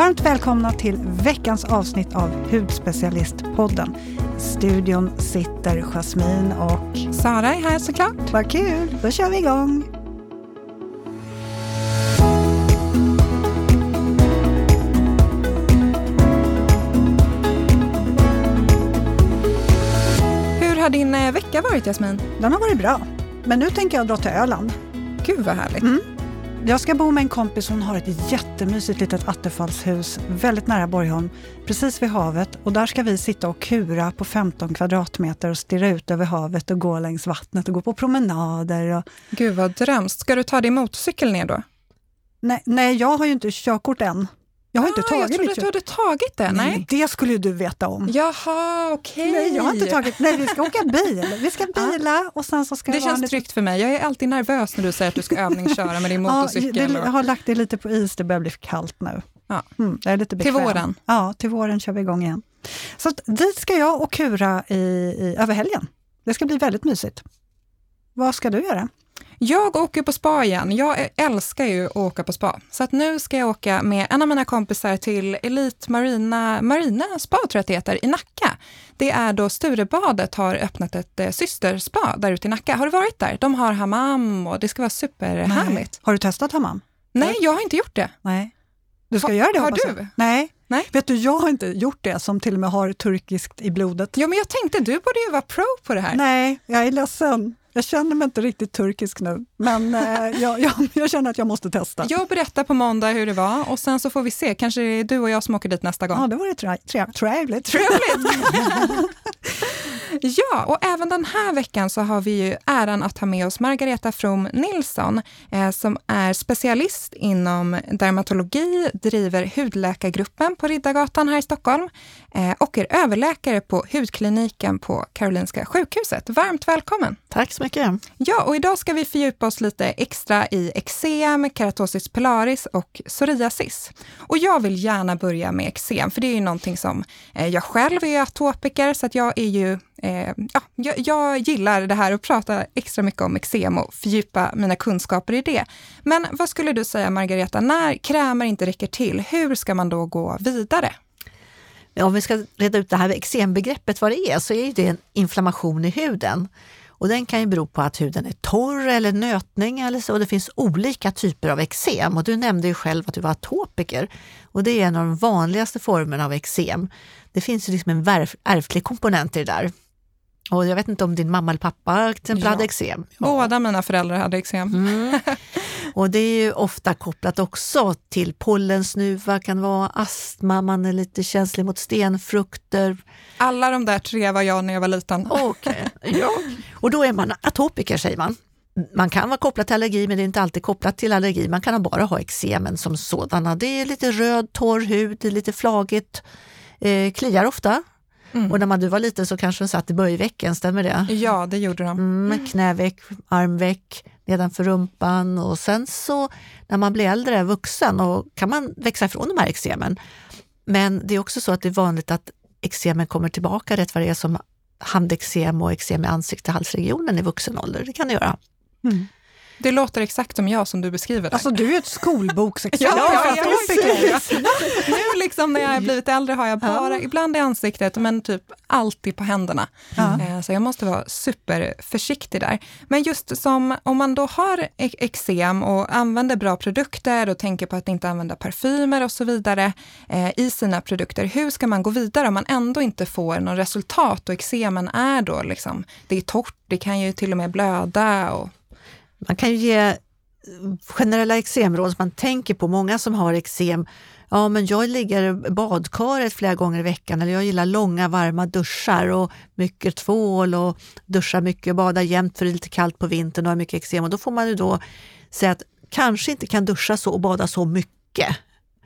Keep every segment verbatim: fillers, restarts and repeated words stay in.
Varmt välkomna till veckans avsnitt av Hudspecialistpodden. I studion sitter Jasmin och Sara är här såklart. Vad kul, då kör vi igång. Hur har din eh, vecka varit, Jasmin? Den har varit bra, men nu tänker jag dra till Öland. Gud vad härligt. Mm. Jag ska bo med en kompis, hon har ett jättemysigt litet attefallshus väldigt nära Borgholm, precis vid havet. Och där ska vi sitta och kura på femton kvadratmeter och stirra ut över havet och gå längs vattnet och gå på promenader. Och... Gud vad drömst. Ska du ta din motorcykel ner då? Nej, nej, jag har ju inte körkort än. Jag har ah, inte tagit jag trodde mitt att du hade tagit det. Nej, nej, det skulle du veta om. Jaha, okej. Okay. Nej, jag har inte tagit. Nej, vi ska åka bil. Vi ska bila och sen så ska det känns lite... tryggt för mig. Jag är alltid nervös när du säger att du ska övningsköra med din motorcykel. Ja, det, jag har lagt det lite på is. Det börjar bli kallt nu. Ja. Mm, det är lite bekväm. Till våren? Ja, till våren kör vi igång igen. Så att, dit ska jag och kura i, i, över helgen. Det ska bli väldigt mysigt. Vad ska du göra? Jag åker på spa igen. Jag älskar ju att åka på spa. Så att nu ska jag åka med en av mina kompisar till Elite Marina, Marina Spa, tror jag att det heter, i Nacka. Det är då Sturebadet har öppnat ett eh, systerspa där ute i Nacka. Har du varit där? De har hammam och det ska vara superhärligt. Har du testat hammam? Nej, jag har inte gjort det. Nej. Du ska ha, göra det, har hoppas du? Jag. Nej. Nej. Vet du, jag har inte gjort det som till och med har turkiskt i blodet. Ja, men jag tänkte, du borde ju vara pro på det här. Nej, jag är ledsen. Jag känner mig inte riktigt turkisk nu, men eh, jag, jag, jag känner att jag måste testa. Jag berättar på måndag hur det var och sen så får vi se. Kanske det är du och jag som åker dit nästa gång. Ja, det var det tra- tra- trevligt. Trevligt! Ja, och även den här veckan så har vi ju äran att ha med oss Margareta From Nilsson eh, som är specialist inom dermatologi, driver hudläkargruppen på Riddargatan här i Stockholm eh, och är överläkare på hudkliniken på Karolinska sjukhuset. Varmt välkommen! Tack så mycket! Ja, och idag ska vi fördjupa oss lite extra i eksem, keratosis pilaris och psoriasis. Och jag vill gärna börja med eksem, för det är ju någonting som eh, jag själv är atopiker, så att jag är ju Eh, ja, jag, jag gillar det här att prata extra mycket om eksem och fördjupa mina kunskaper i det. Men vad skulle du säga, Margareta, när krämer inte räcker till, hur ska man då gå vidare? Ja, om vi ska reda ut det här eksembegreppet vad det är, så är det en inflammation i huden. Och den kan ju bero på att huden är torr eller nötning eller så. Och det finns olika typer av eksem. Och du nämnde ju själv att du var atopiker. Och det är en av de vanligaste formerna av eksem. Det finns ju liksom en värf- ärftlig komponent i det där. Och jag vet inte om din mamma eller pappa till exempel ja. hade eksem. Ja. Båda mina föräldrar hade eksem. Mm. Och det är ju ofta kopplat också till pollensnuva, kan vara astma, man är lite känslig mot stenfrukter. Alla de där tre var jag när jag var liten. Okej, okay. ja. Och då är man atopiker, säger man. Man kan vara kopplat till allergi, men det är inte alltid kopplat till allergi. Man kan bara ha eksemen som sådana. Det är lite röd, torr hud, lite flagigt, eh, kliar ofta. Mm. Och när man du var liten så kanske de satt i böjvecken, stämmer det? Ja, det gjorde de. Mm, knäveck, armveck, nedanför rumpan. Och sen så när man blir äldre, vuxen, och kan man växa ifrån de här eksemen. Men det är också så att det är vanligt att eksemen kommer tillbaka rätt vad det är som handeksem och eksem i ansikte- och halsregionen i vuxen ålder. Det kan det göra. Mm. Det låter exakt som jag som du beskriver det. Alltså du är ett skolboksexempel. ja, ja, ja, ja. Nu liksom när jag har blivit äldre har jag bara, ja. ibland i ansiktet, men typ alltid på händerna. Ja. Så jag måste vara superförsiktig där. Men just som om man då har eksem och använder bra produkter och tänker på att inte använda parfymer och så vidare eh, i sina produkter. Hur ska man gå vidare om man ändå inte får någon resultat och eksemen är då liksom, det är torrt, det kan ju till och med blöda och man kan ju ge generella eksemråd som man tänker på. Många som har eksem, ja men jag ligger i badkaret flera gånger i veckan, eller jag gillar långa varma duschar och mycket tvål och duschar mycket och badar jämt för det är lite kallt på vintern och har mycket eksem. Och då får man ju då säga att kanske inte kan duscha så och bada så mycket.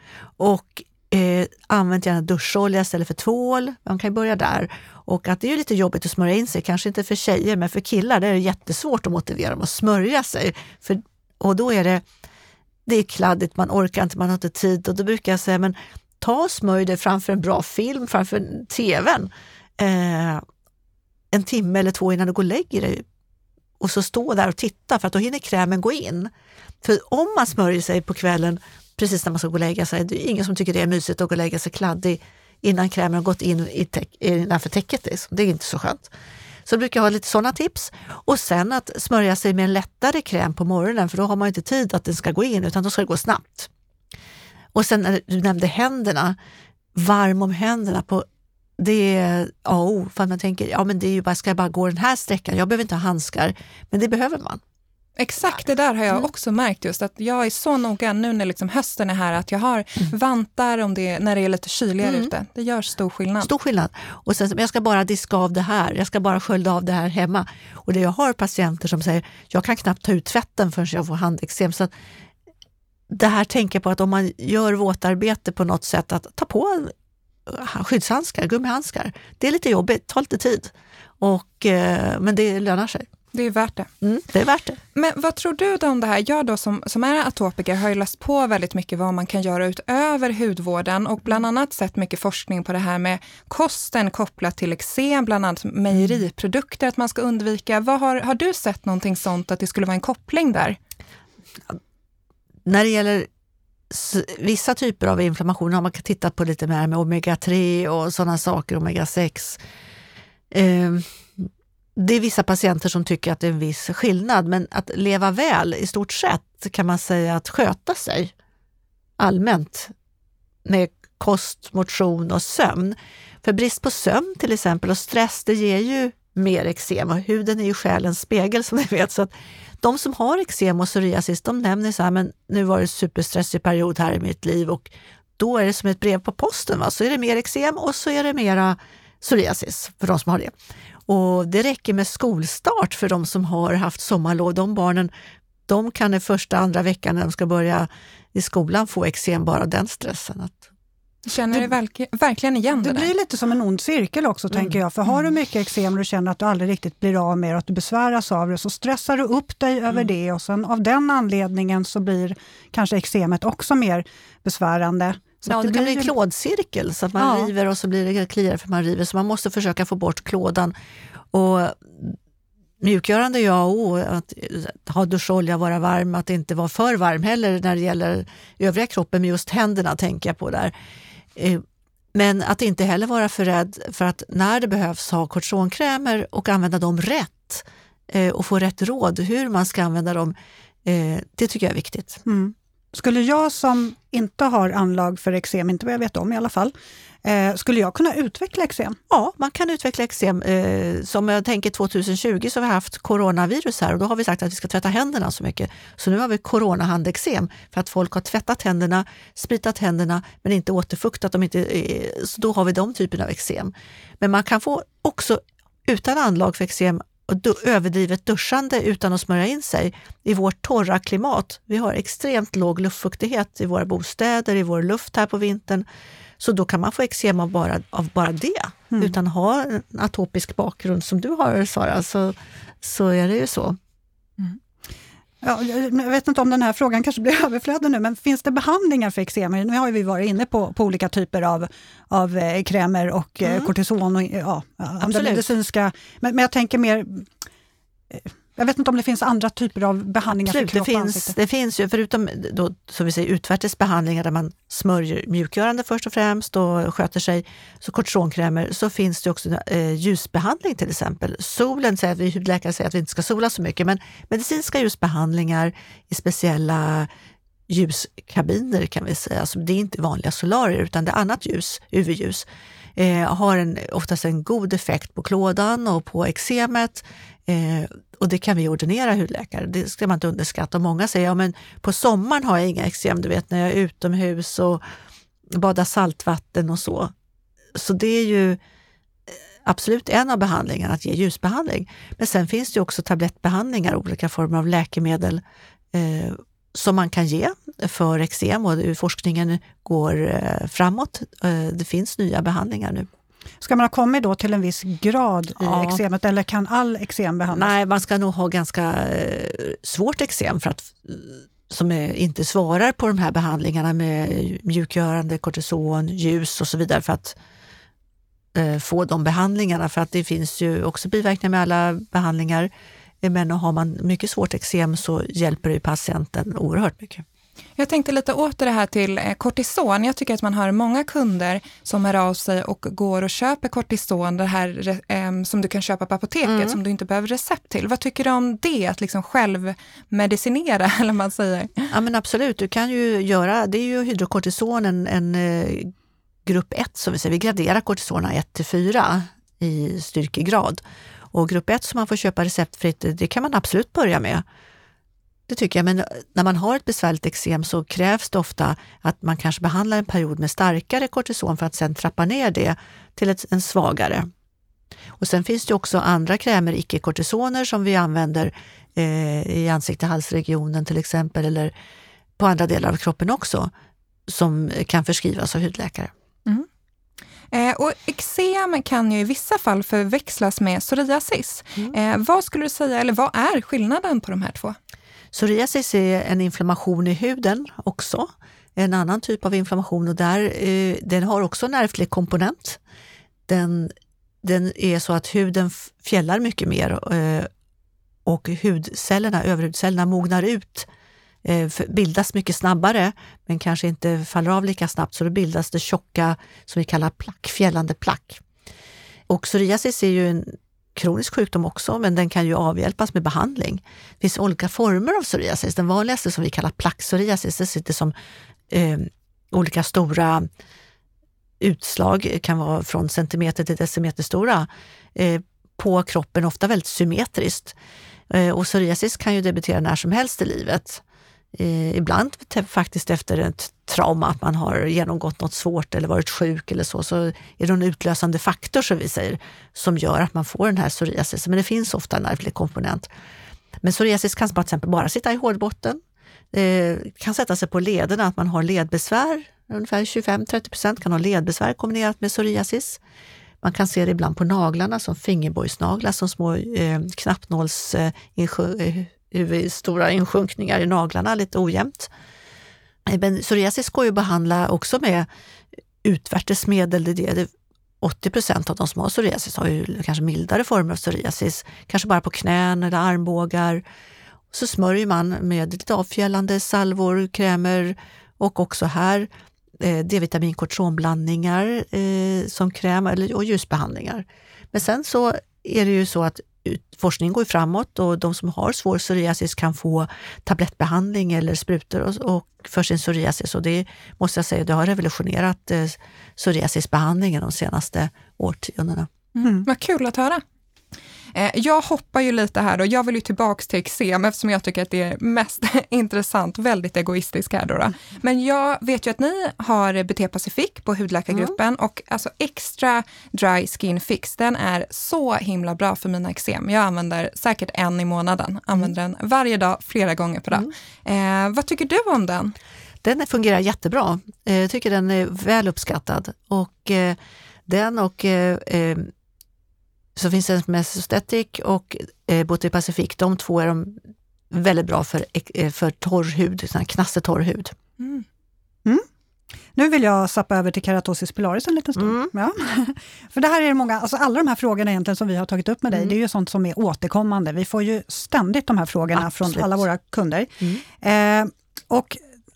Och eh, använd gärna duscholja istället för tvål. Man kan ju börja där. Och att det är ju lite jobbigt att smörja in sig, kanske inte för tjejer, men för killar det är det jättesvårt att motivera dem att smörja sig. För, och då är det, det är kladdigt, man orkar inte, man har inte tid. Och då brukar jag säga, men ta och smörj dig framför en bra film, framför tvn. Eh, en timme eller två innan du går och lägger dig. Och så stå där och titta, för att då hinner krämen gå in. För om man smörjer sig på kvällen, precis när man ska gå och lägga sig. Det är ingen som tycker det är mysigt att gå och lägga sig kladdig innan krämen har gått in i täck, innanför täcket. Det är inte så skönt. Så jag brukar ha lite sådana tips. Och sen att smörja sig med en lättare kräm på morgonen, för då har man inte tid att den ska gå in, utan då ska det gå snabbt. Och sen när du nämnde händerna, varm om händerna på det är A och O, för man tänker, ja men det är ju bara, ska jag bara gå den här sträckan, jag behöver inte ha handskar, men det behöver man. Exakt, det där har jag också märkt just, att jag är så noga nu när liksom hösten är här, att jag har mm. vantar om det, när det är lite kyligare mm. ute. Det gör stor skillnad. Stor skillnad. Och sen, jag ska bara diska av det här, jag ska bara skölja av det här hemma. Och det jag har patienter som säger, jag kan knappt ta ut tvätten förrän jag får handeksem. Så att det här tänker på att om man gör våtarbete på något sätt, att ta på skyddshandskar, gummihandskar. Det är lite jobbigt, tar lite tid. Och, eh, men det lönar sig. Det är värt det. Mm, det är värt det. Men vad tror du då om det här? Jag då som, som är atopiker har ju läst på väldigt mycket vad man kan göra utöver hudvården och bland annat sett mycket forskning på det här med kosten kopplat till eksem, bland annat mejeriprodukter att man ska undvika. Vad har, har du sett någonting sånt, att det skulle vara en koppling där? När det gäller vissa typer av inflammation har man tittat på lite mer med omega tre och sådana saker, omega sex. Eh, det är vissa patienter som tycker att det är en viss skillnad, men att leva väl i stort sett kan man säga att sköta sig allmänt med kost, motion och sömn. För brist på sömn till exempel och stress, det ger ju mer eksem, och huden är ju själens spegel som ni vet, så att de som har eksem och psoriasis, de nämner så här, men nu var det superstressig period här i mitt liv och då är det som ett brev på posten, va? Så är det mer eksem och så är det mera psoriasis för de som har det. Och det räcker med skolstart för de som har haft sommarlov. De barnen, de kan i första, andra veckan när de ska börja i skolan få eksem bara den stressen. Att Känner du verk- verkligen igen det, det där? blir lite som en ond cirkel också, mm. tänker jag. För har du mycket eksem och du känner att du aldrig riktigt blir av med det, att du besväras av det, så stressar du upp dig över mm. det, och sen av den anledningen så blir kanske eksemet också mer besvärande. Så ja, det, det blir kan bli ju en klådcirkel så att man ja. river och så blir det kliar för man river. Så man måste försöka få bort klådan. Och mjukgörande ja, och att ha duscholja, vara varm, att inte vara för varm heller när det gäller övriga kroppen, men just händerna tänker jag på där. Men att inte heller vara för rädd för att när det behövs ha kortisonkrämer och använda dem rätt och få rätt råd hur man ska använda dem, det tycker jag är viktigt. Mm. Skulle jag som inte har anlag för eksem, inte vad jag vet om i alla fall, eh, skulle jag kunna utveckla eksem? Ja, man kan utveckla eksem. Eh, som jag tänker tjugohundratjugo så har vi haft coronavirus här och då har vi sagt att vi ska tvätta händerna så mycket. Så nu har vi coronahandexem för att folk har tvättat händerna, spritat händerna men inte återfuktat dem. Inte, eh, så då har vi de typen av eksem. Men man kan få också utan anlag för eksem och du, överdrivet duschande utan att smörja in sig i vårt torra klimat. Vi har extremt låg luftfuktighet i våra bostäder, i vår luft här på vintern. Så då kan man få eksem av bara, av bara det. Mm. Utan ha en atopisk bakgrund som du har, Sara, så, så är det ju så. Mm. Ja, jag vet inte om den här frågan kanske blir överflödig nu, men finns det behandlingar för eksem? Nu har vi varit inne på, på olika typer av, av eh, krämer och eh, mm. kortison och ja, andra medicinska. Men, men jag tänker mer, eh, jag vet inte om det finns andra typer av behandlingar. Absolut, för kropp och det finns, det finns ju, förutom då, så vi säger, utvärtesbehandlingar där man smörjer mjukgörande först och främst och sköter sig, så kortisonkrämer, så finns det också eh, ljusbehandling till exempel. Solen säger att vi hudläkare säger att vi inte ska sola så mycket, men medicinska ljusbehandlingar i speciella ljuskabiner kan vi säga, alltså det är inte vanliga solarier utan det är annat ljus, U V-ljus, eh, har en, oftast en god effekt på klådan och på eksemet. Eh, och det kan vi ordinera hudläkare, det ska man inte underskatta. Och många säger, ja men på sommaren har jag inga eksem, du vet när jag är utomhus och badar saltvatten och så. Så det är ju absolut en av behandlingarna, att ge ljusbehandling. Men sen finns det också tablettbehandlingar, olika former av läkemedel eh, som man kan ge för eksem, och forskningen går eh, framåt. Eh, det finns nya behandlingar nu. Ska man ha kommit då till en viss grad i ja. eksemet, eller kan all eksem behandlas? Nej, man ska nog ha ganska eh, svårt eksem för att, som är, inte svarar på de här behandlingarna med mjukgörande, kortison, ljus och så vidare för att eh, få de behandlingarna. För att det finns ju också biverkningar med alla behandlingar. Men har man mycket svårt eksem så hjälper det ju patienten oerhört mycket. Jag tänkte lite åter det här till kortison. Jag tycker att man har många kunder som hör av sig och går och köper kortison, det här eh, som du kan köpa på apoteket, mm. som du inte behöver recept till. Vad tycker du om det, att liksom själv medicinera, eller man säger? Ja, men absolut, du kan ju göra, det är ju hydrokortison en, en eh, grupp ett, som vi säger. Vi graderar kortisonerna ett till fyra i styrkegrad. Och grupp ett som man får köpa receptfritt, det kan man absolut börja med. Det tycker jag, men när man har ett besvärligt eksem så krävs det ofta att man kanske behandlar en period med starkare kortison för att sedan trappa ner det till ett, en svagare. Och sen finns det också andra krämer, icke-kortisoner, som vi använder eh, i ansikte-halsregionen till exempel, eller på andra delar av kroppen också, som kan förskrivas av hudläkare. Mm. Eh, och eksem kan ju i vissa fall förväxlas med psoriasis. Mm. Eh, vad skulle du säga, eller vad är skillnaden på de här två? Psoriasis är en inflammation i huden också, en annan typ av inflammation, och där, eh, den har också en ärftlig komponent. Den, den är så att huden fjällar mycket mer eh, och hudcellerna, överhudcellerna mognar ut, eh, bildas mycket snabbare, men kanske inte faller av lika snabbt, så då bildas det tjocka som vi kallar plack, fjällande plack. Och psoriasis är ju en kronisk sjukdom också, men den kan ju avhjälpas med behandling. Det finns olika former av psoriasis. Den vanligaste som vi kallar plackpsoriasis, det sitter som eh, olika stora utslag, kan vara från centimeter till decimeter stora, eh, på kroppen, ofta väldigt symmetriskt. Eh, och psoriasis kan ju debutera när som helst i livet. Eh, ibland faktiskt efter ett trauma, att man har genomgått något svårt eller varit sjuk eller så, så är det en utlösande faktor, som vi säger, som gör att man får den här psoriasis. Men det finns ofta en ärftlig komponent. Men psoriasis kan till exempel bara sitta i hårbotten. Det kan sätta sig på lederna, att man har ledbesvär. Ungefär tjugofem till trettio procent kan ha ledbesvär kombinerat med psoriasis. Man kan se det ibland på naglarna som fingerbojsnaglar, som små eh, knappnåls eh, insjö, eh, stora insjunkningar i naglarna, lite ojämnt. Men psoriasis går ju att behandla också med utvärtesmedel. Det är det. åttio procent av de som har psoriasis har ju kanske mildare former av psoriasis, kanske bara på knän eller armbågar. Så smörjer man med lite avfjällande salvor, krämer, och också här eh, D-vitamin kortisonblandningar eh, som kräm eller, och ljusbehandlingar. Men sen så är det ju så att forskningen går framåt, och de som har svår psoriasis kan få tablettbehandling eller sprutor och, och för sin psoriasis, och det måste jag säga, det har revolutionerat eh, psoriasisbehandlingen de senaste årtiondena. Mm. Vad kul att höra. Eh, jag hoppar ju lite här, och jag vill ju tillbaka till eksem, eftersom jag tycker att det är mest intressant, väldigt egoistisk här då, då. Men jag vet ju att ni har B T Pacific på hudläkargruppen, mm. och alltså extra dry skin fix, den är så himla bra för mina eksem. Jag använder säkert en i månaden, använder mm. den varje dag, flera gånger per dag. Mm. Eh, vad tycker du om den? Den fungerar jättebra. Jag tycker den är väl uppskattad, och eh, den och eh, så finns det med Aesthetic och eh, B T Pacific. De två är de väldigt bra för, eh, för torr hud, sån här knastertorr hud. Mm. Mm. Nu vill jag sappa över till keratosis pilaris en liten stund. Mm. Ja. För det här är det många, alltså alla de här frågorna egentligen som vi har tagit upp med dig, mm. det är ju sånt som är återkommande. Vi får ju ständigt de här frågorna Absolut. Från alla våra kunder. Mm. Eh, och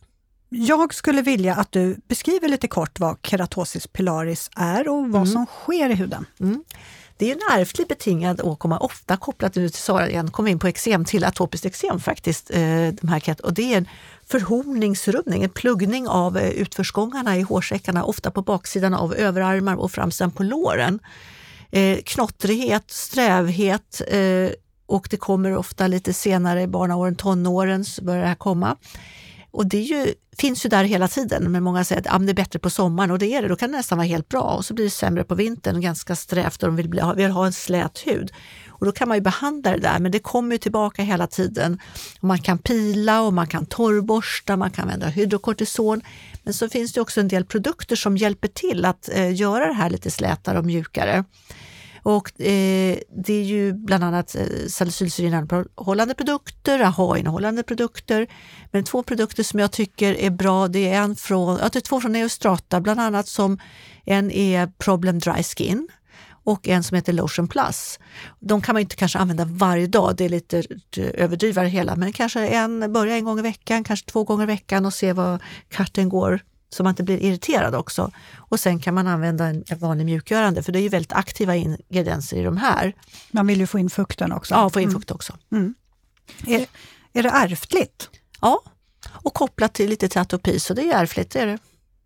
jag skulle vilja att du beskriver lite kort vad keratosis pilaris är och vad mm. som sker i huden. Mm. Det är en ärftligt betingad åkomma, ofta kopplat nu till Sara igen, kom in på eksem, till atopiskt eksem faktiskt. Eh, de här, och det är en förhorningsrubbning, en pluggning av eh, utförsgångarna i hårsäckarna, ofta på baksidan av överarmar och framsidan på låren. Eh, knottrighet, strävhet, eh, och det kommer ofta lite senare i barnaåren, tonåren så börjar det här komma. Och det är ju, finns ju där hela tiden, men många säger att ah, det är bättre på sommaren, och det är det, då kan det nästan vara helt bra, och så blir det sämre på vintern, ganska strävt, och de vill, bli, vill ha en slät hud. Och då kan man ju behandla det där, men det kommer ju tillbaka hela tiden. Och man kan pila och man kan torrborsta, man kan använda hydrokortison, men så finns det också en del produkter som hjälper till att eh, göra det här lite slätare och mjukare. Och eh, det är ju bland annat eh, salicylsyreinnehållande produkter, A H A-innehållande produkter. Men två produkter som jag tycker är bra, det är en från, ja, det är två från Neostrata, bland annat som en är Problem Dry Skin. och en som heter Lotion Plus. De kan man inte kanske använda varje dag, det är lite överdrivare hela, men kanske en, börja en gång i veckan, kanske två gånger i veckan och se vad katten går, så man inte blir irriterad också. Och sen kan man använda en vanlig mjukgörande, för det är ju väldigt aktiva ingredienser i de här. Man vill ju få in fukten också. Ja, få in fukt också. Mm. Är, är det ärftligt? Ja, och kopplat till lite till atopi, så det är ärftligt, är det.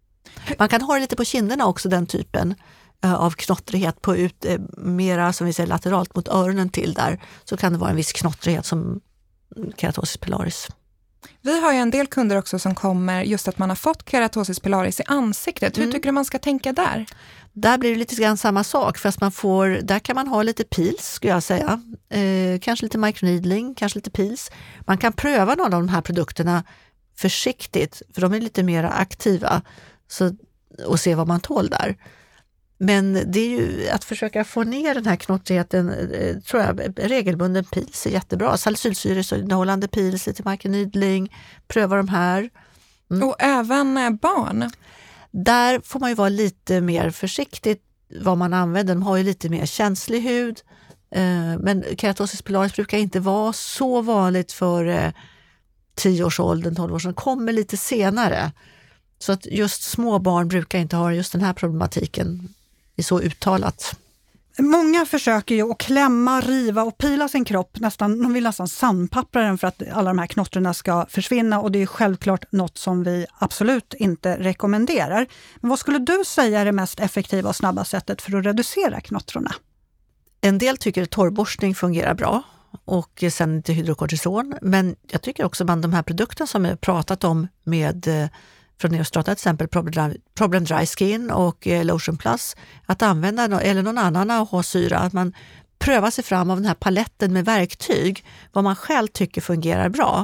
Man kan ha det lite på kinderna också, den typen uh, av knottrighet på ut, uh, mera som vi säger lateralt mot öronen till där, så kan det vara en viss knottrighet som keratosis pilaris. Vi har ju en del kunder också som kommer just att man har fått keratosis pilaris i ansiktet. Hur mm. tycker du man ska tänka där? Där blir det lite grann samma sak, fast man får, där kan man ha lite pils skulle jag säga. Eh, kanske lite microneedling, kanske lite pils. Man kan pröva någon av de här produkterna försiktigt, för de är lite mer aktiva, så, och se vad man tål där. Men det är ju att försöka få ner den här knottrigheten, eh, tror jag, regelbunden pils är jättebra. Salicylsyreinnehållande pils, lite microneedling, pröva de här. Mm. Och även barn? Där får man ju vara lite mer försiktig vad man använder. De har ju lite mer känslig hud. Eh, men keratosis pilaris brukar inte vara så vanligt för eh, tio-årsåldern, tolv-årsåldern. Kommer lite senare. Så att just små barn brukar inte ha just den här problematiken i så uttalat. Många försöker ju att klämma, riva och pila sin kropp. Nästan, de vill nästan sandpappra den för att alla de här knottrorna ska försvinna. Och det är självklart något som vi absolut inte rekommenderar. Men vad skulle du säga är det mest effektiva och snabba sättet för att reducera knottrorna? En del tycker att torrborstning fungerar bra. Och sen inte hydrokortison. Men jag tycker också att de här produkterna som jag pratat om med... från Neostrata till exempel Problem, Problem Dry Skin och eh, Lotion Plus, att använda no- eller någon annan A H-syra, att man prövar sig fram av den här paletten med verktyg, vad man själv tycker fungerar bra.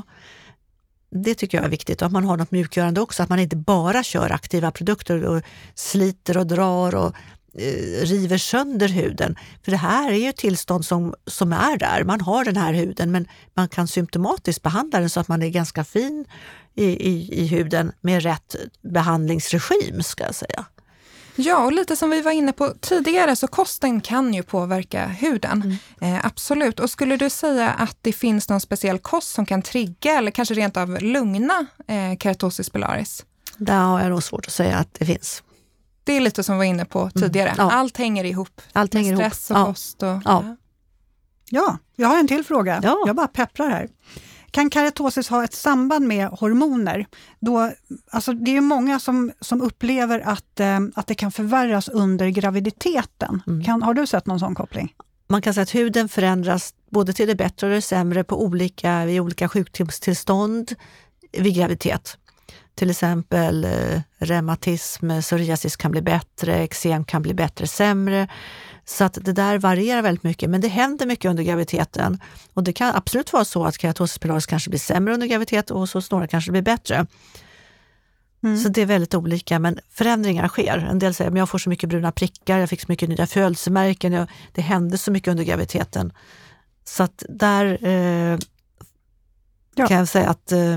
Det tycker jag är viktigt, och att man har något mjukgörande också, att man inte bara kör aktiva produkter och sliter och drar och eh, river sönder huden. För det här är ju ett tillstånd som, som är där, man har den här huden, men man kan symptomatiskt behandla den så att man är ganska fin I, i, i huden med rätt behandlingsregim, ska jag säga. Ja, och lite som vi var inne på tidigare, så kosten kan ju påverka huden. Mm. Eh, absolut. Och skulle du säga att det finns någon speciell kost som kan trigga eller kanske rent av lugna eh, keratosis pilaris? Där har jag nog svårt att säga att det finns. Det är lite som vi var inne på tidigare. Mm. Ja. Allt hänger ihop. Allt hänger stress ihop. och Ja. kost. Och, ja. Ja. Ja, jag har en till fråga. Ja. Jag bara pepprar här. Kan keratosis ha ett samband med hormoner? Då, alltså det är ju många som, som upplever att, eh, att det kan förvärras under graviditeten. Mm. Kan, har du sett någon sån koppling? Man kan säga att huden förändras både till det bättre och det sämre på olika, vid olika sjukdomstillstånd vid graviditet. Till exempel eh, reumatism, psoriasis kan bli bättre, eksem kan bli bättre, sämre. Så att det där varierar väldigt mycket, men det händer mycket under graviditeten. Och det kan absolut vara så att keratosis pilaris kanske blir sämre under graviditet och så snarare kanske blir bättre. Mm. Så det är väldigt olika, men förändringar sker. En del säger att jag får så mycket bruna prickar, jag fick så mycket nya födelsemärken, jag, det hände så mycket under graviditeten. Så att där eh, ja. kan jag säga att eh,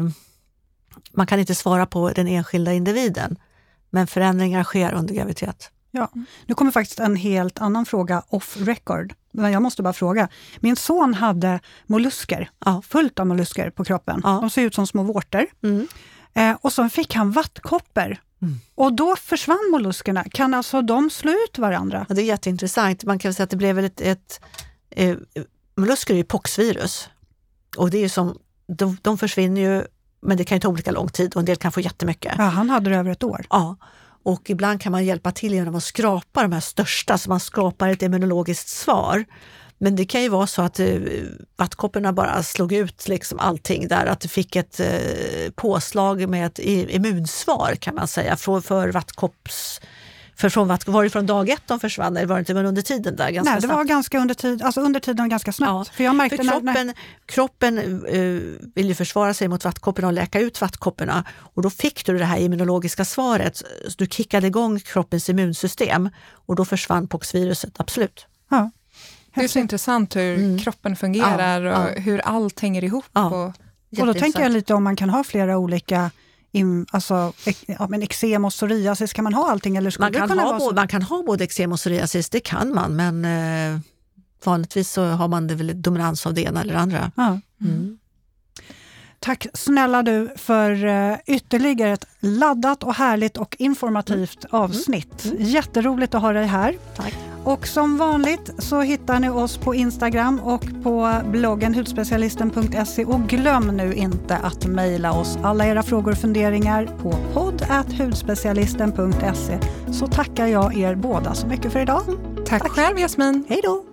man kan inte svara på den enskilda individen, men förändringar sker under graviditet. Ja, nu kommer faktiskt en helt annan fråga off record. Men jag måste bara fråga. Min son hade mollusker, ja. fullt av mollusker på kroppen. Ja. De ser ut som små vårtor. Mm. Eh, och så fick han vattkoppor. Mm. Och då försvann molluskerna. Kan alltså de slå ut varandra? Ja, det är jätteintressant. Man kan säga att det blev ett... ett eh, mollusker är ju poxvirus. Och det är ju som... De, de försvinner ju, men det kan ju ta olika lång tid. Och en del kan få jättemycket. Ja, han hade det över ett år. Ja. Och ibland kan man hjälpa till genom att skrapa de här största, så man skapar ett immunologiskt svar. Men det kan ju vara så att eh, vattkopporna bara slog ut liksom allting där, att det fick ett eh, påslag med ett immunsvar, kan man säga, för, för vattkopps... För från vatt, var det från dag ett de försvann, eller var det inte under tiden där? Ganska Nej, det snabbt? var ganska under, tid, alltså under tiden ganska snabbt. Ja. För jag märkte för kroppen, när, när... kroppen uh, vill ju försvara sig mot vattkopporna och läka ut vattkopporna. Och då fick du det här immunologiska svaret. Så du kickade igång kroppens immunsystem. Och då försvann poxviruset, absolut. Ja. Det är så intressant hur mm. kroppen fungerar ja, och ja. hur allt hänger ihop. Ja. Och, och då tänker jag lite om man kan ha flera olika in, alltså, ja, men eksem och psoriasis, kan man ha allting? Eller skulle man, kan det kunna ha vara både, så? man kan ha både eksem och psoriasis, det kan man, men eh, vanligtvis så har man det väl dominans av det ena eller andra. Ja. Mm. Tack snälla du för uh, ytterligare ett laddat och härligt och informativt mm. avsnitt. Mm. Jätteroligt att ha dig här. Tack. Och som vanligt så hittar ni oss på Instagram och på bloggen hudspecialisten punkt se, och glöm nu inte att mejla oss alla era frågor och funderingar på podd at hudspecialisten punkt se. Så tackar jag er båda så mycket för idag. Tack, Tack. själv, Jasmin. Hej då!